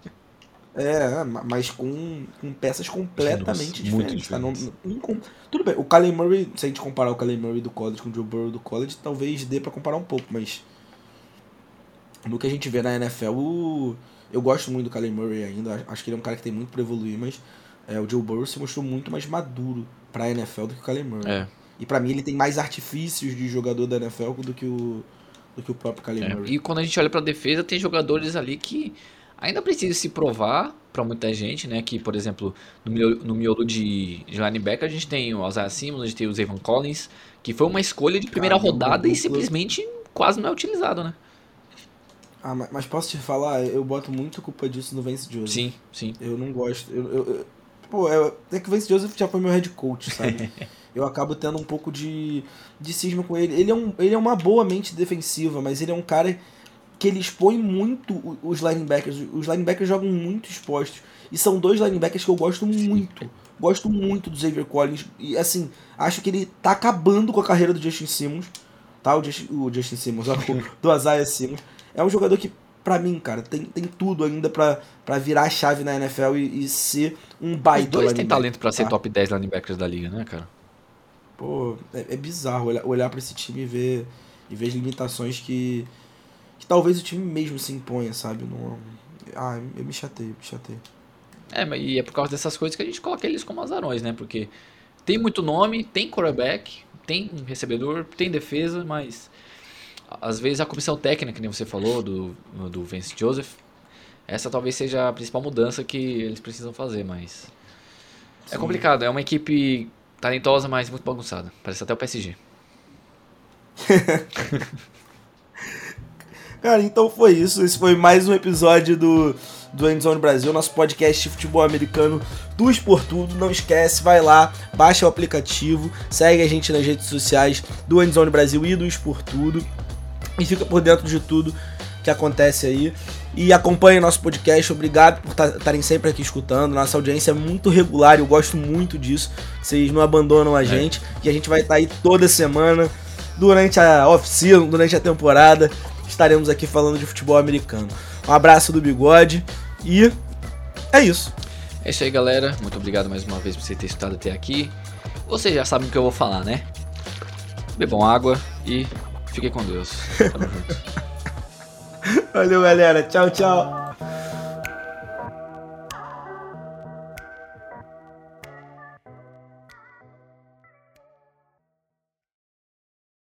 É, mas com, com peças completamente Nossa, muito diferentes, tá? Não, diferentes. não, não- tudo bem, o Kyler Murray, se a gente comparar o Kyler Murray do college com o Joe Burrow do college, talvez dê pra comparar um pouco, mas no que a gente vê na N F L, o- eu gosto muito do Kyler Murray ainda, acho que ele é um cara que tem muito pra evoluir, mas é, o Joe Burrow se mostrou muito mais maduro pra N F L do que o Kyler Murray. É, E pra mim ele tem mais artifícios de jogador da N F L do que o, do que o próprio Kyler é. Murray. E quando a gente olha pra defesa, tem jogadores ali que ainda precisam se provar pra muita gente, né? Que, por exemplo, no miolo, no miolo de, de linebacker, a gente tem o Isaiah Simmons, a gente tem o Zayvon Collins, que foi uma escolha de primeira Cara, uma rodada e dupla. simplesmente quase não é utilizado, né? Ah, ma- mas posso te falar, eu boto muito culpa disso no Vance Joseph. Sim, sim. Eu não gosto. Eu, eu, eu- pô, eu, é que o Vance Joseph já foi meu head coach, sabe? Eu acabo tendo um pouco de, de cisma com ele. Ele é, um, ele é uma boa mente defensiva, mas ele é um cara que ele expõe muito o- os linebackers. Os linebackers jogam muito expostos. E são dois linebackers que eu gosto muito. Gosto muito do Xavier Collins. E assim, acho que ele tá acabando com a carreira do Justin Simmons. Tá? O Justin, o Justin Simmons, ó, o- do Isaiah Simmons. É um jogador que, pra mim, cara, tem, tem tudo ainda pra, pra virar a chave na N F L e, e ser um Os baita dois têm linebacker, talento pra ser tá? top dez linebackers da liga, né, cara? Pô, é, é bizarro olhar, olhar pra esse time e ver, e ver as limitações que, que talvez o time mesmo se imponha, sabe? Não, ah, eu me chatei, me chatei. É, mas e é por causa dessas coisas que a gente coloca eles como azarões, né? Porque tem muito nome, tem quarterback, tem recebedor, tem defesa, mas às vezes a comissão técnica, que nem você falou, do, do Vance Joseph, essa talvez seja a principal mudança que eles precisam fazer, mas é Sim. complicado. É uma equipe talentosa, mas muito bagunçada. Parece até o P S G. Cara, então foi isso. Esse foi mais um episódio do, do Endzone Brasil, nosso podcast de futebol americano do Esportudo. Não esquece, vai lá, baixa o aplicativo, segue a gente nas redes sociais do Endzone Brasil e do Esportudo e fica por dentro de tudo que acontece aí. E acompanhe nosso podcast. Obrigado por estarem sempre aqui escutando. Nossa audiência é muito regular e eu gosto muito disso. Vocês não abandonam a É. gente. E a gente vai estar aí toda semana, durante a off-season, durante a temporada. Estaremos aqui falando de futebol americano. Um abraço do Bigode e é isso. É isso aí, galera. Muito obrigado mais uma vez por você ter escutado até aqui. Vocês já sabem o que eu vou falar, né? Bebam água e fiquem com Deus. Tamo junto. Valeu, galera. Tchau, tchau.